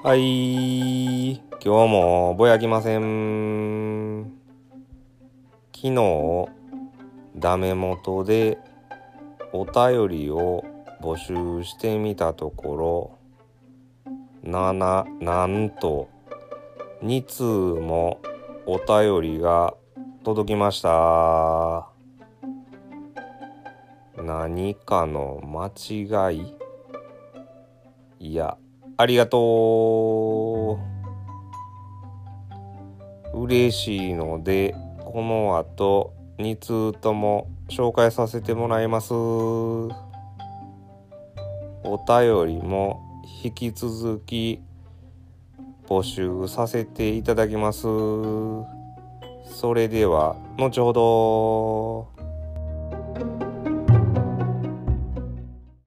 はい、今日もぼやきません。昨日ダメ元でお便りを募集してみたところ、なんと2通もお便りが届きました。何かの間違い？いや、ありがとう。嬉しいので、この後2通とも紹介させてもらいます。お便りも引き続き募集させていただきます。それでは後ほど。